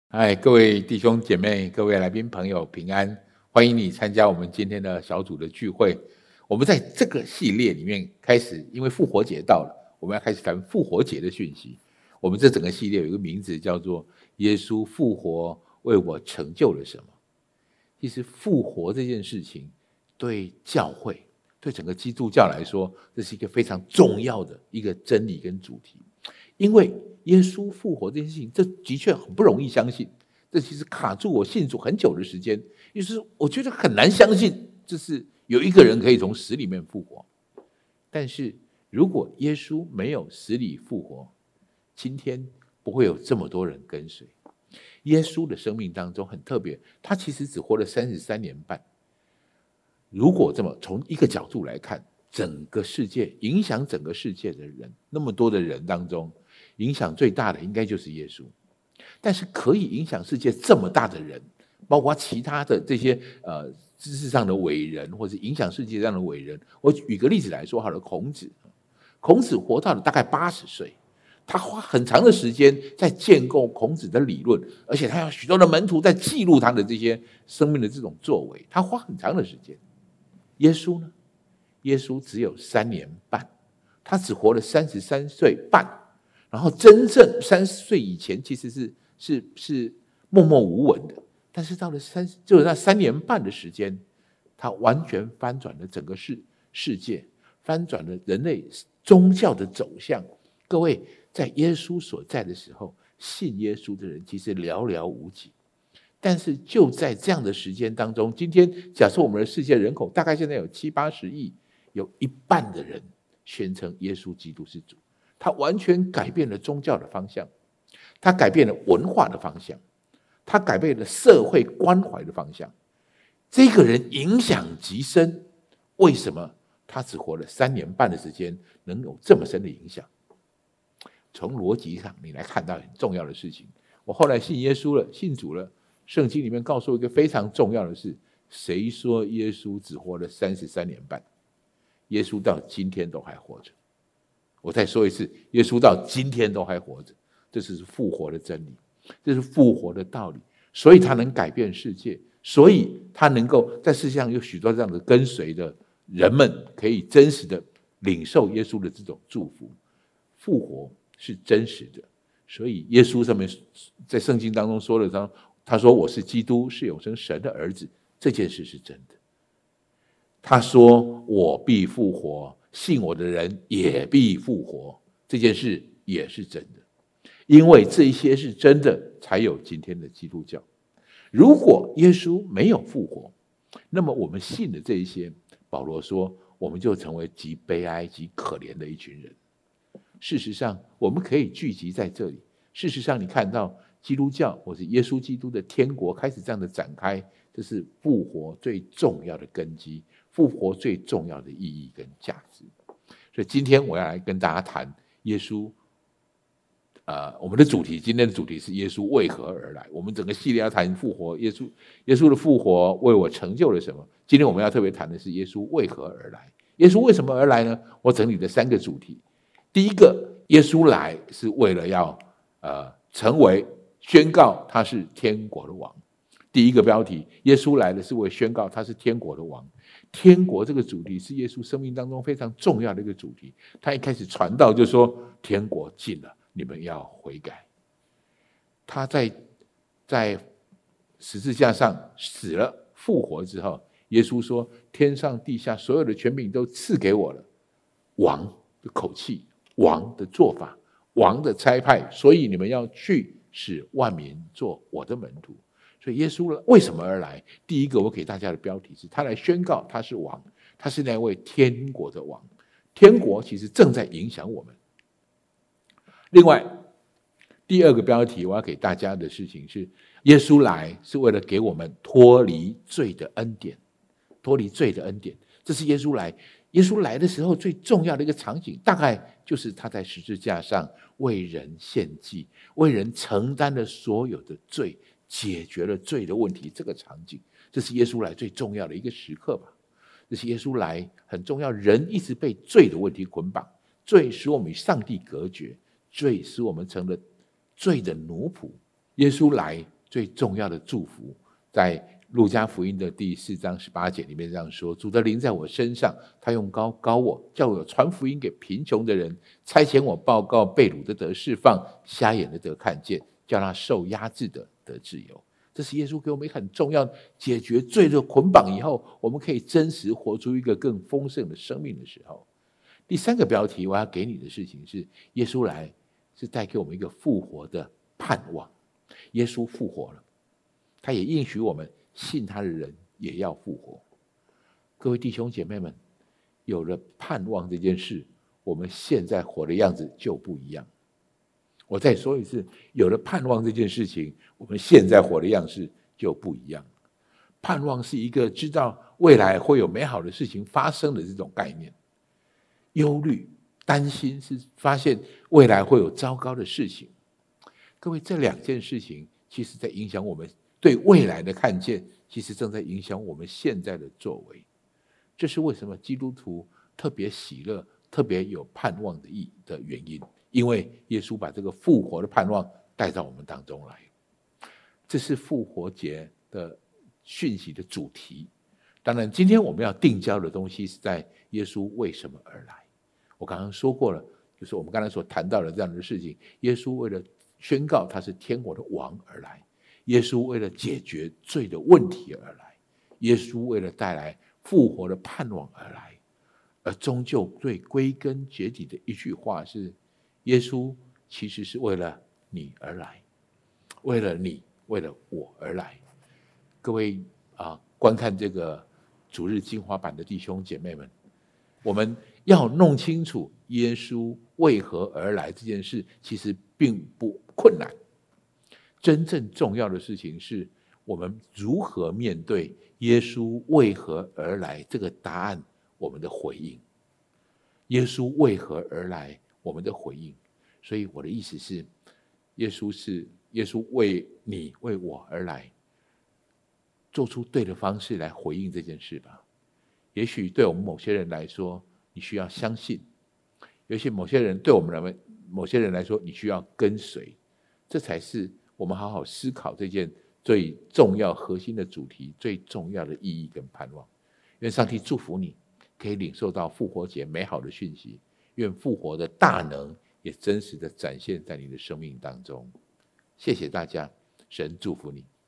嗨，各位弟兄姐妹、各位来宾朋友平安，欢迎你参加我们今天的小组的聚会。我们在这个系列里面开始，因为复活节到了，我们要开始谈复活节的讯息。我们这整个系列有一个名字叫做“耶稣复活为我成就了什么”。其实复活这件事情，对教会、对整个基督教来说，这是一个非常重要的一个真理跟主题。因为耶稣复活这件事情，这的确很不容易相信，这其实卡住我信主很久的时间，就是我觉得很难相信，就是有一个人可以从死里面复活。但是如果耶稣没有死里复活，今天不会有这么多人跟随。耶稣的生命当中很特别，他其实只活了33年半。如果这么从一个角度来看，整个世界影响整个世界的人，那么多的人当中，影响最大的应该就是耶稣。但是可以影响世界这么大的人，包括其他的这些知识上的伟人，或者影响世界上的伟人，我举个例子来说好了，孔子活到了大概80岁，他花很长的时间在建构孔子的理论，而且他有许多的门徒在记录他的这些生命的这种作为，他花很长的时间。耶稣呢？耶稣只有3年半，他只活了33岁半，然后真正30岁以前其实是默默无闻的，但是到了就是那3年半的时间，他完全翻转了整个世界，翻转了人类宗教的走向。各位，在耶稣所在的时候，信耶稣的人其实寥寥无几。但是就在这样的时间当中，今天假设我们的世界人口大概现在有70-80亿，有一半的人宣称耶稣基督是主，他完全改变了宗教的方向，他改变了文化的方向，他改变了社会关怀的方向。这个人影响极深，为什么他只活了3年半的时间能有这么深的影响？从逻辑上你来看到很重要的事情。我后来信耶稣了，信主了，圣经里面告诉我一个非常重要的事，谁说耶稣只活了33年半？耶稣到今天都还活着。我再说一次，耶稣到今天都还活着，这是复活的真理，这是复活的道理，所以他能改变世界，所以他能够在世界上有许多这样的跟随的人们，可以真实的领受耶稣的这种祝福。复活是真实的，所以耶稣上面在圣经当中说了，他说我是基督，是永生神的儿子，这件事是真的。他说我必复活，信我的人也必复活，这件事也是真的。因为这一些是真的，才有今天的基督教。如果耶稣没有复活，那么我们信的这一些，保罗说我们就成为极悲哀极可怜的一群人。事实上我们可以聚集在这里，事实上你看到基督教或是耶稣基督的天国开始这样的展开，这是复活最重要的根基，复活最重要的意义跟价值。所以今天我要来跟大家谈耶稣，我们的主题，今天的主题是耶稣为何而来。我们整个系列要谈复活，耶稣的复活为我成就了什么？今天我们要特别谈的是耶稣为何而来。耶稣为什么而来呢？我整理了3个主题。第一个，耶稣来是为了要成为宣告他是天国的王。第一个标题，耶稣来的是为宣告他是天国的王。天国这个主题是耶稣生命当中非常重要的一个主题。他一开始传道就说天国近了，你们要悔改。他在十字架上死了复活之后，耶稣说天上地下所有的权柄都赐给我了，王的口气，王的做法，王的差派，所以你们要去使万民做我的门徒。所以耶稣为什么而来？第一个我给大家的标题是他来宣告他是王，他是那位天国的王。天国其实正在影响我们。另外第二个标题我要给大家的事情是，耶稣来是为了给我们脱离罪的恩典。脱离罪的恩典，这是耶稣来的时候最重要的一个场景，大概就是他在十字架上为人献祭，为人承担了所有的罪，解决了罪的问题。这个场景，这是耶稣来最重要的一个时刻吧。这是耶稣来很重要，人一直被罪的问题捆绑，罪使我们与上帝隔绝，罪使我们成了罪的奴仆。耶稣来最重要的祝福，在路加福音的第4章18节里面这样说：主的灵在我身上，他用膏膏我，叫我传福音给贫穷的人，差遣我报告被掳的得释放，瞎眼的得看见，叫那受压制的得自由。这是耶稣给我们一个很重要，解决罪的捆绑以后，我们可以真实活出一个更丰盛的生命的时候。第3个标题我要给你的事情是，耶稣来是带给我们一个复活的盼望。耶稣复活了，他也应许我们信他的人也要复活。各位弟兄姐妹们，有了盼望这件事，我们现在活的样子就不一样。我再说一次，有了盼望这件事情，我们现在活的样式就不一样。盼望是一个知道未来会有美好的事情发生的这种概念，忧虑担心是发现未来会有糟糕的事情。各位，这2件事情其实在影响我们对未来的看见，其实正在影响我们现在的作为。这是为什么基督徒特别喜乐，特别有盼望的原因，因为耶稣把这个复活的盼望带到我们当中来。这是复活节的讯息的主题。当然今天我们要定焦的东西是在耶稣为什么而来。我刚刚说过了，就是我们刚才所谈到的这样的事情，耶稣为了宣告他是天国的王而来，耶稣为了解决罪的问题而来，耶稣为了带来复活的盼望而来。而终究最归根结底的一句话是，耶稣其实是为了你而来，为了你，为了我而来。各位观看这个主日精华版的弟兄姐妹们，我们要弄清楚耶稣为何而来这件事其实并不困难。真正重要的事情是我们如何面对耶稣为何而来这个答案，我们的回应。耶稣为何而来，我们的回应。所以我的意思是，耶稣为你为我而来，做出对的方式来回应这件事吧。也许对我们某些人来说，你需要相信；也许对我们某些人来说，你需要跟随。这才是我们好好思考这件最重要核心的主题，最重要的意义跟盼望。愿上帝祝福你，可以领受到复活节美好的讯息。愿复活的大能也真实的展现在你的生命当中。谢谢大家，神祝福你。